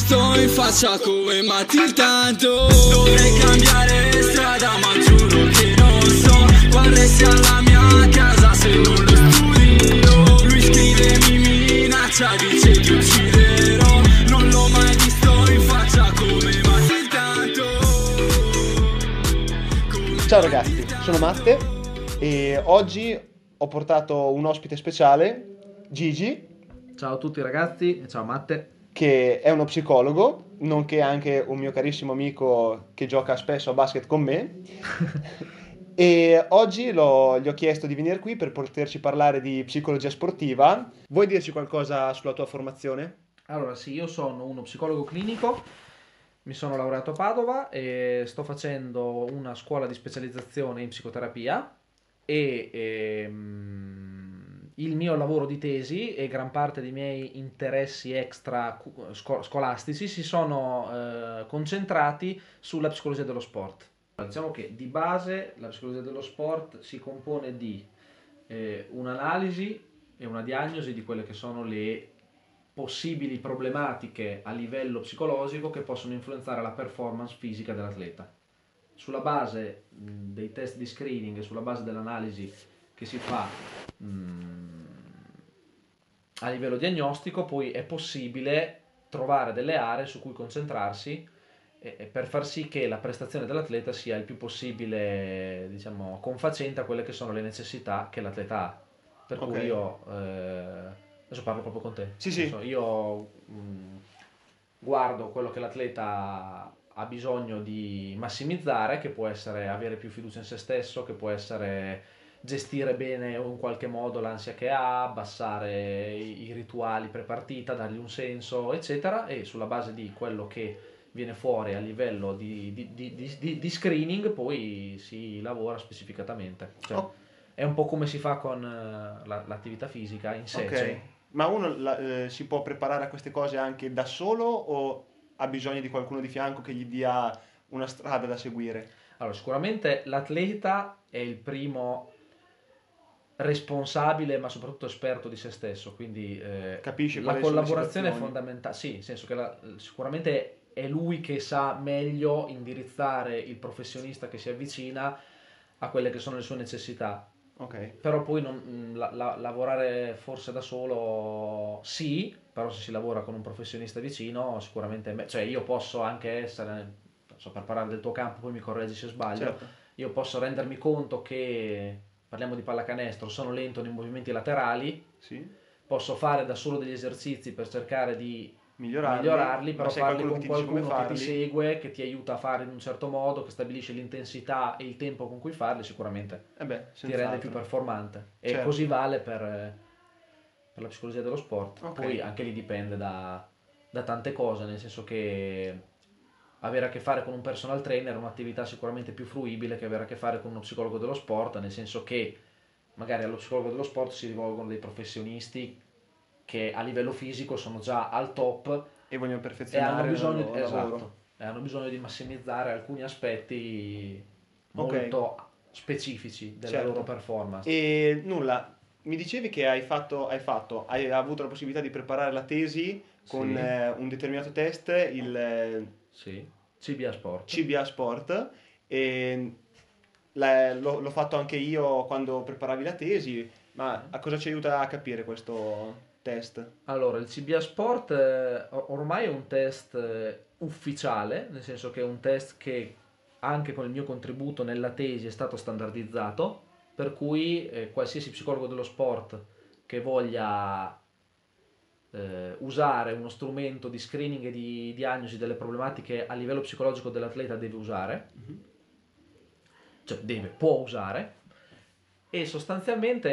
visto in faccia come Matil tanto. Dovrei cambiare strada ma giuro che non so qual sia la mia casa se non lo studio. Lui scrive, mi minaccia, dice ti ucciderò. Non l'ho mai visto in faccia come Matil tanto. Ciao ragazzi, sono Matte e oggi ho portato un ospite speciale, Gigi, Ciao a tutti ragazzi e ciao Matte. che è uno psicologo, nonché anche un mio carissimo amico che gioca spesso a basket con me. E oggi gli ho chiesto di venire qui per poterci parlare di psicologia sportiva. Vuoi dirci qualcosa sulla tua formazione? Allora sì, io sono uno psicologo clinico, mi sono laureato a Padova e sto facendo una scuola di specializzazione in psicoterapia e il mio lavoro di tesi e gran parte dei miei interessi extra scolastici si sono concentrati sulla psicologia dello sport. Diciamo che di base la psicologia dello sport si compone di un'analisi e una diagnosi di quelle che sono le possibili problematiche a livello psicologico che possono influenzare la performance fisica dell'atleta. Sulla base dei test di screening e sulla base dell'analisi che si fa a livello diagnostico, poi è possibile trovare delle aree su cui concentrarsi per far sì che la prestazione dell'atleta sia il più possibile, diciamo, confacente a quelle che sono le necessità che l'atleta ha. Per cui io adesso parlo proprio con te. Sì, sì. Io guardo quello che l'atleta ha bisogno di massimizzare, che può essere avere più fiducia in se stesso, che può essere gestire bene in qualche modo l'ansia che ha, abbassare i rituali pre-partita, dargli un senso, eccetera, e sulla base di quello che viene fuori a livello di screening poi si lavora specificatamente. Cioè, è un po' come si fa con l'attività fisica in sé. Ok, Cioè, ma uno si può preparare a queste cose anche da solo o ha bisogno di qualcuno di fianco che gli dia una strada da seguire? allora, sicuramente l'atleta è il primo responsabile ma soprattutto esperto di se stesso, quindi Capisce la quali sono le collaborazione è situazioni. fondamentale, sì, nel senso che sicuramente è lui che sa meglio indirizzare il professionista che si avvicina a quelle che sono le sue necessità. Ok, Però poi lavorare forse da solo sì, però se si lavora con un professionista vicino sicuramente cioè io posso anche essere, non so, per parlare del tuo campo, poi mi correggi se sbaglio, certo. io posso rendermi conto che, parliamo di pallacanestro, sono lento nei movimenti laterali, Sì, posso fare da solo degli esercizi per cercare di migliorarli, ma però se hai farli qualcuno con che ti dice come qualcuno che ti farli, segue, che ti aiuta a fare in un certo modo, che stabilisce l'intensità e il tempo con cui farli, sicuramente eh beh, ti rende più senz'altro. performante. E Certo. così vale per la psicologia dello sport. Ok. Poi anche lì dipende da tante cose, nel senso che avere a che fare con un personal trainer è un'attività sicuramente più fruibile che avere a che fare con uno psicologo dello sport, nel senso che magari allo psicologo dello sport si rivolgono dei professionisti che a livello fisico sono già al top E vogliono e perfezionare il loro lavoro. esatto, e hanno bisogno di massimizzare alcuni aspetti Ok, molto specifici della loro certo. performance. E nulla, mi dicevi che hai avuto la possibilità di preparare la tesi con Sì, un determinato test, il sì, CBA Sport. CBA Sport, e l'ho fatto anche io quando preparavi la tesi, ma a cosa ci aiuta a capire questo test? Allora, il CBA Sport ormai è un test ufficiale, nel senso che è un test che anche con il mio contributo nella tesi è stato standardizzato, per cui qualsiasi psicologo dello sport che voglia usare uno strumento di screening e di diagnosi delle problematiche a livello psicologico dell'atleta deve usare, cioè può usare, e sostanzialmente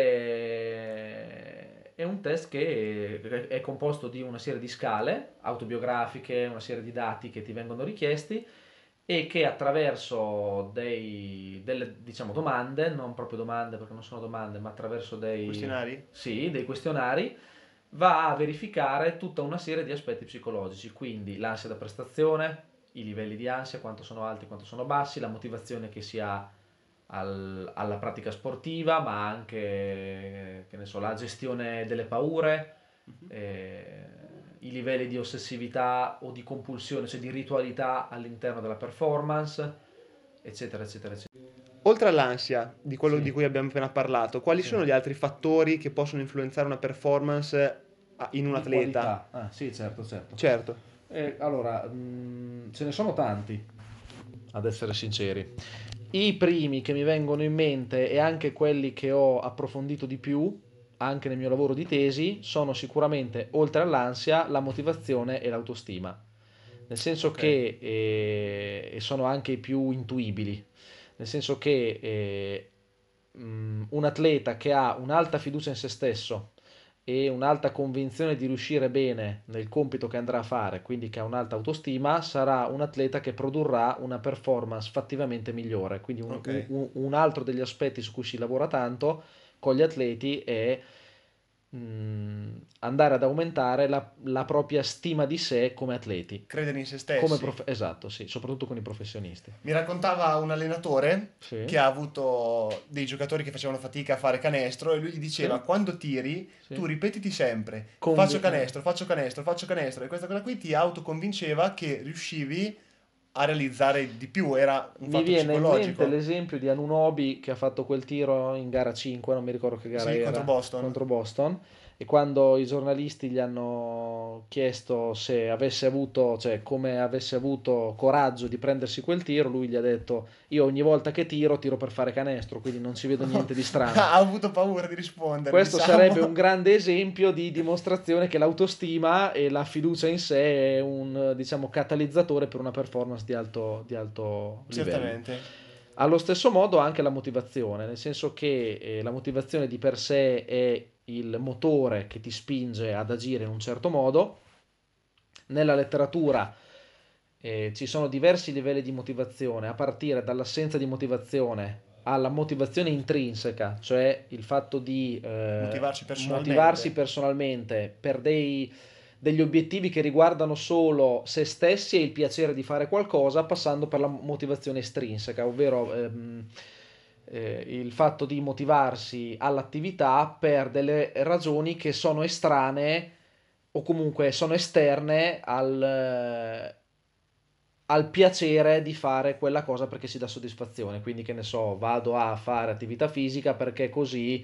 è un test che è composto di una serie di scale autobiografiche, una serie di dati che ti vengono richiesti e che attraverso delle diciamo domande, non proprio domande perché non sono domande, ma attraverso Questionari? sì, dei questionari, va a verificare tutta una serie di aspetti psicologici, quindi l'ansia da prestazione, i livelli di ansia, quanto sono alti, quanto sono bassi, la motivazione che si ha alla pratica sportiva, ma anche che ne so, la gestione delle paure, i livelli di ossessività o di compulsione, cioè di ritualità all'interno della performance, eccetera, eccetera, eccetera. Oltre all'ansia, di quello Sì. di cui abbiamo appena parlato, quali Sì. sono gli altri fattori che possono influenzare una performance in un Di atleta? qualità. Ah, sì, certo, certo. Certo. Allora, ce ne sono tanti, ad essere sinceri. I primi che mi vengono in mente e anche quelli che ho approfondito di più, anche nel mio lavoro di tesi, sono sicuramente, oltre all'ansia, la motivazione e l'autostima. Nel senso Ok. che e sono anche i più intuibili. Nel senso che un atleta che ha un'alta fiducia in se stesso e un'alta convinzione di riuscire bene nel compito che andrà a fare, quindi che ha un'alta autostima, sarà un atleta che produrrà una performance fattivamente migliore. Quindi Ok. un altro degli aspetti su cui si lavora tanto con gli atleti è andare ad aumentare la propria stima di sé come atleti. Credere in se Come stessi. esatto, sì, soprattutto con i professionisti. Mi raccontava un allenatore Sì, che ha avuto dei giocatori che facevano fatica a fare canestro e lui gli diceva: sì, quando tiri, sì. tu ripetiti sempre: Convi- faccio canestro, faccio canestro, faccio canestro. E questa cosa qui ti autoconvinceva che riuscivi a realizzare di più. Era un Mi fatto viene in mente psicologico. l'esempio di Anunoby che ha fatto quel tiro in gara 5, non mi ricordo che gara Sì, contro era, Boston. contro Boston, e quando i giornalisti gli hanno chiesto se avesse avuto, cioè come avesse avuto coraggio di prendersi quel tiro, lui gli ha detto: io ogni volta che tiro, tiro per fare canestro, quindi non ci vedo niente di strano. Ha avuto paura di rispondere, Questo diciamo. sarebbe un grande esempio di dimostrazione che l'autostima e la fiducia in sé è un, diciamo, catalizzatore per una performance di alto livello. Certamente. Allo stesso modo anche la motivazione, nel senso che la motivazione di per sé è il motore che ti spinge ad agire in un certo modo. Nella letteratura ci sono diversi livelli di motivazione, a partire dall'assenza di motivazione alla motivazione intrinseca, cioè il fatto di Motivarsi motivarsi personalmente. personalmente per degli obiettivi che riguardano solo se stessi e il piacere di fare qualcosa, passando per la motivazione estrinseca, ovvero il fatto di motivarsi all'attività per delle ragioni che sono estranee o comunque sono esterne al piacere di fare quella cosa perché si dà soddisfazione. Quindi, che ne so, vado a fare attività fisica perché così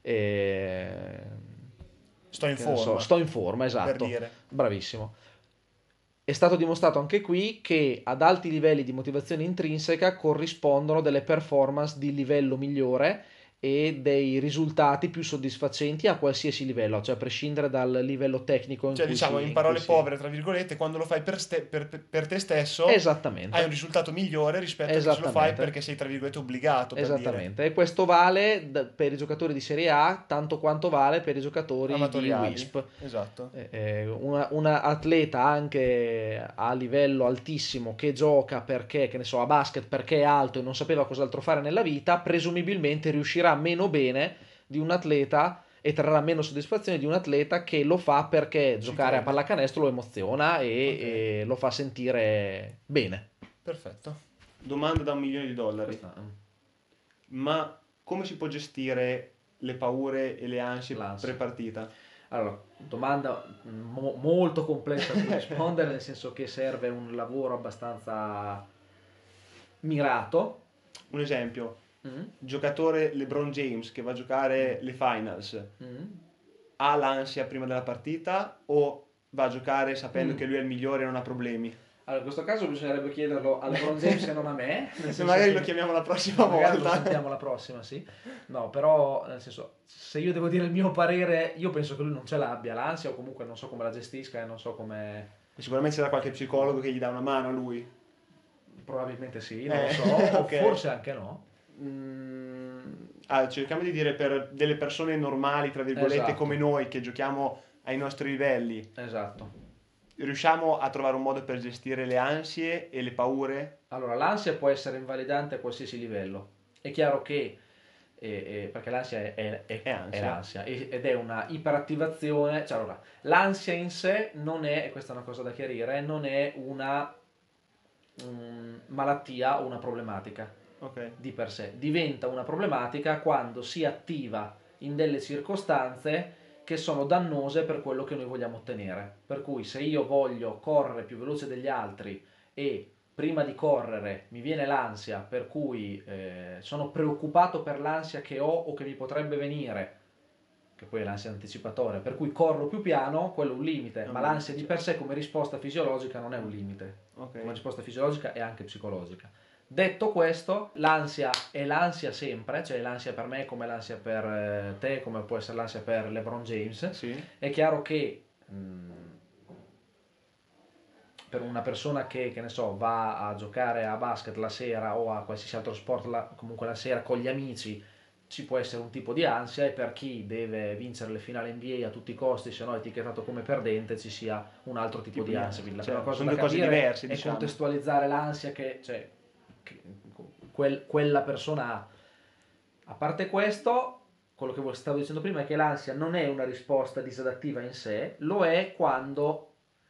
eh, Sto in che ne so, forma, sto in forma, per esatto, dire. bravissimo. È stato dimostrato anche qui che ad alti livelli di motivazione intrinseca corrispondono delle performance di livello migliore e dei risultati più soddisfacenti a qualsiasi livello, cioè a prescindere dal livello tecnico Cioè, diciamo, in in cui parole si... povere, tra virgolette, quando lo fai per te stesso, hai un Esattamente, risultato migliore rispetto a che se lo fai esattamente. perché sei, tra virgolette, obbligato, per dire, Esattamente, e questo vale per i giocatori di Serie A tanto quanto vale per i giocatori di amatoriali. WISP. Esatto. Una atleta anche a livello altissimo che gioca perché, che ne so, a basket perché è alto e non sapeva cos'altro fare nella vita, presumibilmente riuscirà meno bene di un atleta e trarrà meno soddisfazione di un atleta che lo fa perché Ci giocare a crede. pallacanestro lo emoziona Ok, e lo fa sentire bene. perfetto. Domanda da $1.000.000. Questa Ma come si può gestire le paure e le ansie l'ansia. pre-partita? Allora, domanda molto complessa a cui rispondere, nel senso che serve un lavoro abbastanza mirato. Un esempio, Mm, giocatore LeBron James che va a giocare le finals, mm, ha l'ansia prima della partita o va a giocare sapendo mm. che lui è il migliore e non ha problemi? Allora, in questo caso bisognerebbe chiederlo a LeBron James e non a me, nel Se senso magari che lo chiamiamo la prossima magari lo volta. sentiamo la prossima, sì. No, però, nel senso, se io devo dire il mio parere, io penso che lui non ce l'abbia l'ansia, o comunque non so come la gestisca e non so come... Sicuramente c'era qualche psicologo che gli dà una mano a lui. Probabilmente sì, non lo so, o Ok. forse anche no. Mm, Cerchiamo di dire per delle persone normali, tra virgolette, esatto, come noi, che giochiamo ai nostri livelli, esatto. riusciamo a trovare un modo per gestire le ansie e le paure? Allora, l'ansia può essere invalidante a qualsiasi livello. È chiaro che, perché l'ansia È è ansia. l'ansia ed è una iperattivazione. Cioè, allora, l'ansia in sé non è, e questa è una cosa da chiarire, non è una malattia o una problematica Ok. di per sé. Diventa una problematica quando si attiva in delle circostanze che sono dannose per quello che noi vogliamo ottenere. Per cui se io voglio correre più veloce degli altri e prima di correre mi viene l'ansia, per cui sono preoccupato per l'ansia che ho o che mi potrebbe venire, che poi è l'ansia anticipatoria, per cui corro più piano, quello è un limite, ma l'ansia di per sé come risposta fisiologica non è un limite, come risposta fisiologica è anche psicologica. Detto questo, l'ansia è l'ansia sempre, cioè l'ansia per me come l'ansia per te, come può essere l'ansia per LeBron James. Sì. È chiaro che per una persona che ne so, va a giocare a basket la sera o a qualsiasi altro sport comunque la sera con gli amici, ci può essere un tipo di ansia, e per chi deve vincere le finali NBA a tutti i costi, se no è etichettato come perdente, ci sia un altro tipo di ansia. Quindi la prima cosa sono da due cose capire diverse, è diciamo. contestualizzare l'ansia che quella persona ha. A parte questo, quello che stavo dicendo prima è che l'ansia non è una risposta disadattiva in sé, lo è quando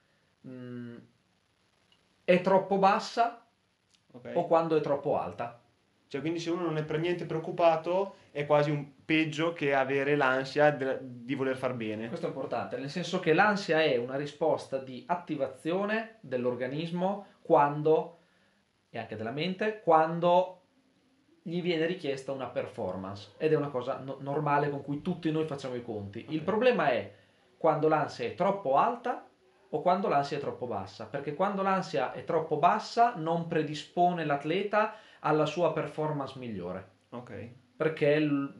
è troppo bassa o quando è troppo alta. Cioè, quindi se uno non è per niente preoccupato è quasi un peggio che avere l'ansia di voler far bene. Questo è importante, nel senso che l'ansia è una risposta di attivazione dell'organismo quando, e anche della mente, quando gli viene richiesta una performance, ed è una cosa normale con cui tutti noi facciamo i conti. Il problema è quando l'ansia è troppo alta o quando l'ansia è troppo bassa, perché quando l'ansia è troppo bassa non predispone l'atleta alla sua performance migliore, perché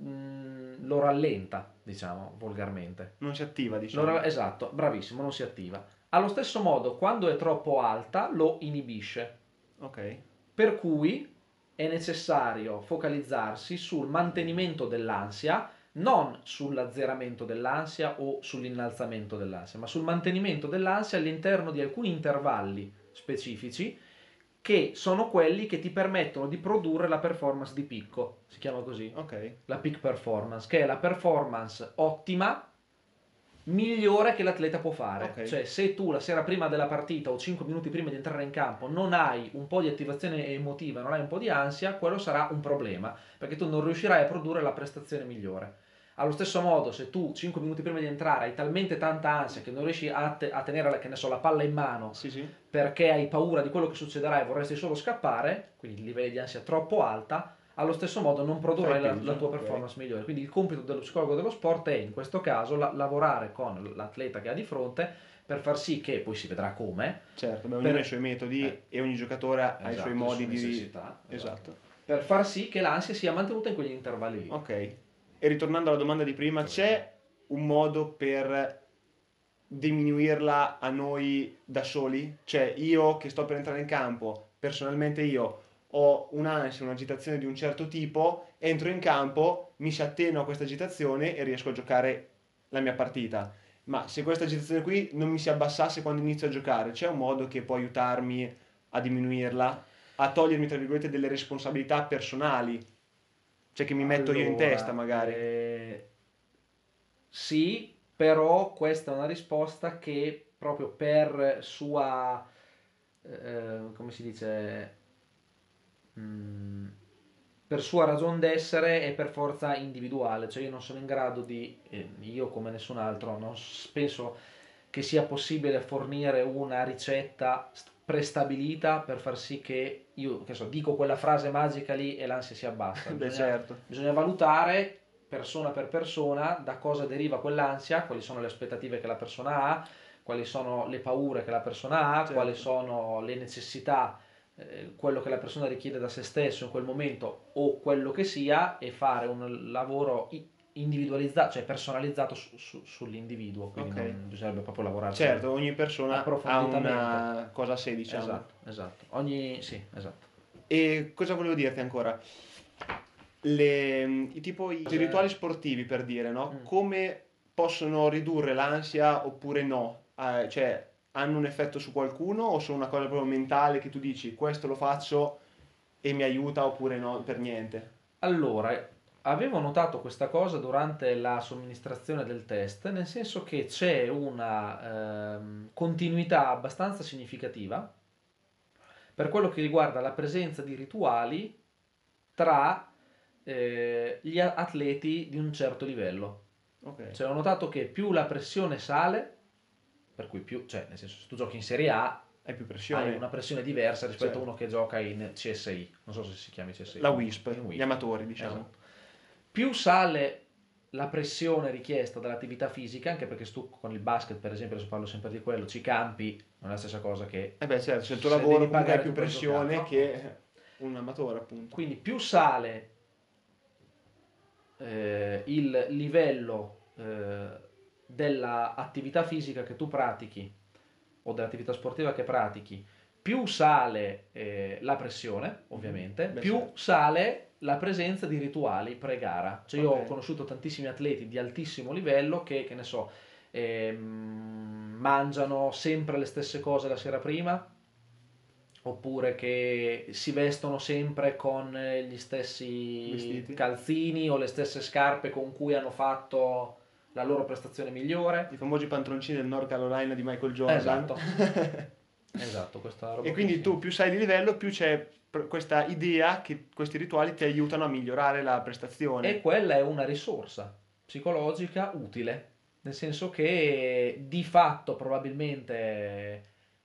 lo rallenta, diciamo volgarmente. Non si attiva, diciamo. Esatto, bravissimo, non si attiva. Allo stesso modo, quando è troppo alta lo inibisce. Per cui è necessario focalizzarsi sul mantenimento dell'ansia, non sull'azzeramento dell'ansia o sull'innalzamento dell'ansia, ma sul mantenimento dell'ansia all'interno di alcuni intervalli specifici, che sono quelli che ti permettono di produrre la performance di picco, si chiama così, la peak performance, che è la performance ottima migliore che l'atleta può fare. Cioè, se tu la sera prima della partita o 5 minuti prima di entrare in campo non hai un po' di attivazione emotiva, non hai un po' di ansia, quello sarà un problema, perché tu non riuscirai a produrre la prestazione migliore. Allo stesso modo, se tu 5 minuti prima di entrare hai talmente tanta ansia che non riesci a tenere, che ne so, la palla in mano, perché hai paura di quello che succederà e vorresti solo scappare, quindi il livello di ansia troppo alta, allo stesso modo non produrrai la tua performance migliore. Quindi il compito dello psicologo dello sport è in questo caso lavorare con l'atleta che ha di fronte per far sì che, poi si vedrà come, ognuno ha i suoi metodi e ogni giocatore ha i suoi modi di necessità, per far sì che l'ansia sia mantenuta in quegli intervalli lì. E ritornando alla domanda di prima, c'è un modo per diminuirla a noi da soli? Cioè, io che sto per entrare in campo, personalmente io ho un'ansia, un'agitazione di un certo tipo, entro in campo, mi si attenua questa agitazione e riesco a giocare la mia partita. Ma se questa agitazione qui non mi si abbassasse quando inizio a giocare, c'è un modo che può aiutarmi a diminuirla, a togliermi, tra virgolette, delle responsabilità personali? Cioè, che mi metto io in testa, magari. Sì, però questa è una risposta che proprio per sua, come si dice, per sua ragion d'essere è per forza individuale. Cioè io non sono in grado di, io come nessun altro, non penso che sia possibile fornire una ricetta prestabilita per far sì che io, che so, dico quella frase magica lì e l'ansia si abbassa. Bisogna valutare persona per persona da cosa deriva quell'ansia, quali sono le aspettative che la persona ha, quali sono le paure che la persona ha, quali sono le necessità, quello che la persona richiede da se stesso in quel momento o quello che sia, e fare un lavoro individualizzato, cioè personalizzato sull'individuo, quindi non bisognerebbe proprio lavorare. Ogni persona ha una cosa a sé, diciamo. Esatto. Esatto. E cosa volevo dirti ancora? I rituali sportivi, per dire, no? Come possono ridurre l'ansia oppure no? Cioè, hanno un effetto su qualcuno o sono una cosa proprio mentale che tu dici questo lo faccio e mi aiuta, oppure no, per niente? Allora, avevo notato questa cosa durante la somministrazione del test, nel senso che c'è una continuità abbastanza significativa per quello che riguarda la presenza di rituali tra gli atleti di un certo livello. Ok. Cioè, ho notato che più la pressione sale, per cui più, cioè, nel senso, se tu giochi in Serie A, Hai più pressione. hai una pressione diversa rispetto Certo. a uno che gioca in CSI. Non so se si chiami CSI. La WISP, In gli amatori, diciamo. Esatto. Più sale la pressione richiesta dall'attività fisica, anche perché se tu con il basket, per esempio, adesso parlo sempre di quello, ci campi, non è la stessa cosa che Eh beh, certo, se il tuo se lavoro devi comunque hai pagare più tu per pressione giocare, no? che un amatore, appunto. Quindi più sale il livello dell'attività fisica che tu pratichi o dell'attività sportiva che pratichi, più sale la pressione, ovviamente, Beh, più certo. sale la presenza di rituali pre-gara. Cioè io ho Ok. conosciuto tantissimi atleti di altissimo livello che ne so, mangiano sempre le stesse cose la sera prima, oppure che si vestono sempre con gli stessi Vestiti. calzini o le stesse scarpe con cui hanno fatto la loro prestazione migliore. I famosi pantaloncini del North Carolina di Michael Jordan. Esatto. Esatto, questa roba E qui, quindi sì. tu più sai di livello, più c'è questa idea che questi rituali ti aiutano a migliorare la prestazione. E quella è una risorsa psicologica utile, nel senso che di fatto probabilmente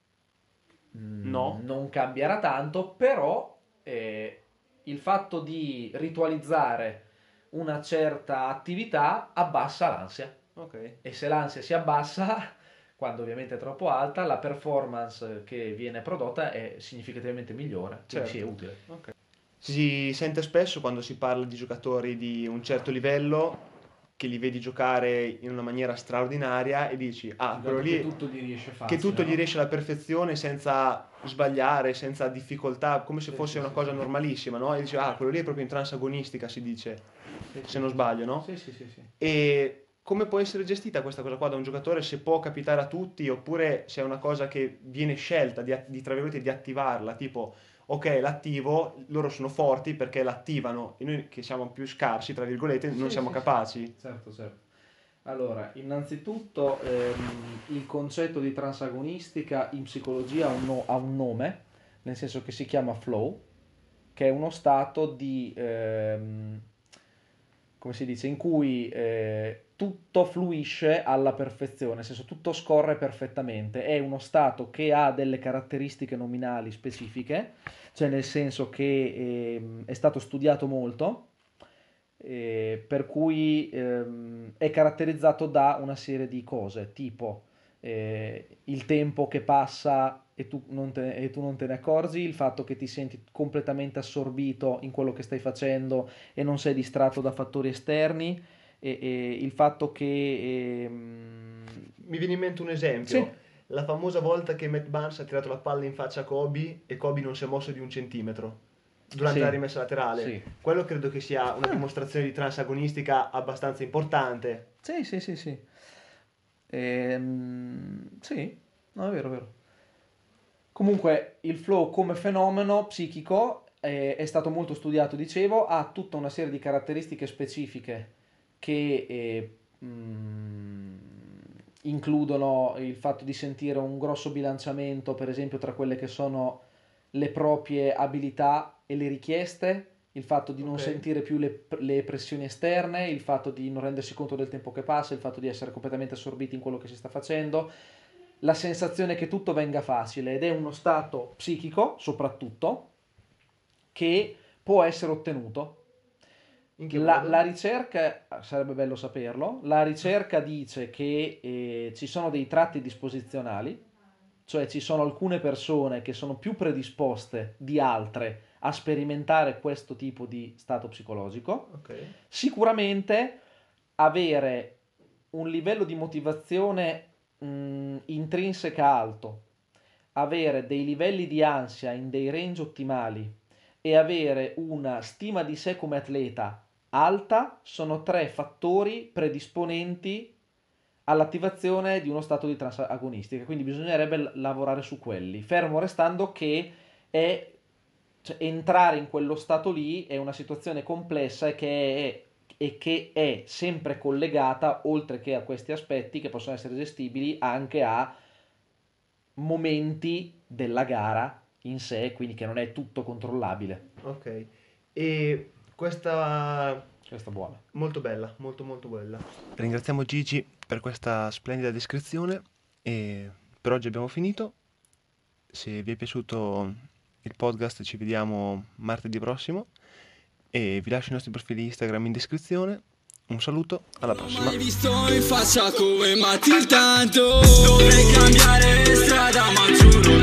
No? non cambierà tanto, però il fatto di ritualizzare una certa attività abbassa l'ansia. Ok. E se l'ansia si abbassa, quando ovviamente è troppo alta, la performance che viene prodotta è significativamente migliore, quindi sì, è Certo. utile. Ok. Si sente spesso quando si parla di giocatori di un certo livello che li vedi giocare in una maniera straordinaria e dici, ah, quello lì Che tutto gli riesce che facile, tutto gli no? riesce alla perfezione senza sbagliare, senza difficoltà, come se Sì, fosse sì, una sì, cosa sì. normalissima, no? E dici, ah, quello lì è proprio in transagonistica, si dice, Sì, se sì, non sì, sbaglio, sì. no? Sì, sì, sì, sì. E come può essere gestita questa cosa qua da un giocatore, se può capitare a tutti, oppure se è una cosa che viene scelta tra virgolette, di attivarla, tipo, ok, l'attivo, loro sono forti perché l'attivano, e noi che siamo più scarsi, tra virgolette, non Sì, siamo sì, sì. capaci. Certo, certo. Allora, innanzitutto il concetto di transagonistica in psicologia ha un nome, nel senso che si chiama flow, che è uno stato di, come si dice, in cui tutto fluisce alla perfezione, nel senso tutto scorre perfettamente. È uno stato che ha delle caratteristiche nominali specifiche, cioè nel senso che è stato studiato molto, per cui è caratterizzato da una serie di cose, tipo il tempo che passa e tu non te ne accorgi, il fatto che ti senti completamente assorbito in quello che stai facendo e non sei distratto da fattori esterni, e il fatto che... Mi viene in mente un sì, esempio, la famosa volta che Matt Barnes ha tirato la palla in faccia a Kobe e Kobe non si è mosso di un centimetro durante la sì, rimessa laterale. sì. Quello credo che sia una Ah, dimostrazione di transagonistica abbastanza importante. sì, sì, sì, sì. Sì, no, è vero, è vero. Comunque il flow come fenomeno psichico è stato molto studiato, dicevo, ha tutta una serie di caratteristiche specifiche che includono il fatto di sentire un grosso bilanciamento, per esempio, tra quelle che sono le proprie abilità e le richieste, il fatto di non Ok? sentire più le pressioni esterne, il fatto di non rendersi conto del tempo che passa, il fatto di essere completamente assorbiti in quello che si sta facendo, la sensazione che tutto venga facile, ed è uno stato psichico, soprattutto, che può essere ottenuto. In che La modo? ricerca, sarebbe bello saperlo, la ricerca dice che ci sono dei tratti disposizionali, cioè ci sono alcune persone che sono più predisposte di altre a sperimentare questo tipo di stato psicologico. Ok. Sicuramente avere un livello di motivazione intrinseca alto, avere dei livelli di ansia in dei range ottimali e avere una stima di sé come atleta alta sono tre fattori predisponenti all'attivazione di uno stato di transagonistica, quindi bisognerebbe lavorare su quelli, fermo restando che è, cioè, entrare in quello stato lì è una situazione complessa e che è sempre collegata, oltre che a questi aspetti che possono essere gestibili, anche a momenti della gara in sé, quindi che non è tutto controllabile. Ok. E questa Questa è buona. Molto bella, molto molto bella. Ringraziamo Gigi per questa splendida descrizione e per oggi abbiamo finito. Se vi è piaciuto il podcast ci vediamo martedì prossimo e vi lascio i nostri profili Instagram in descrizione. Un saluto, alla prossima. Mai visto in faccia come Matilda, dovrei cambiare strada ma giuro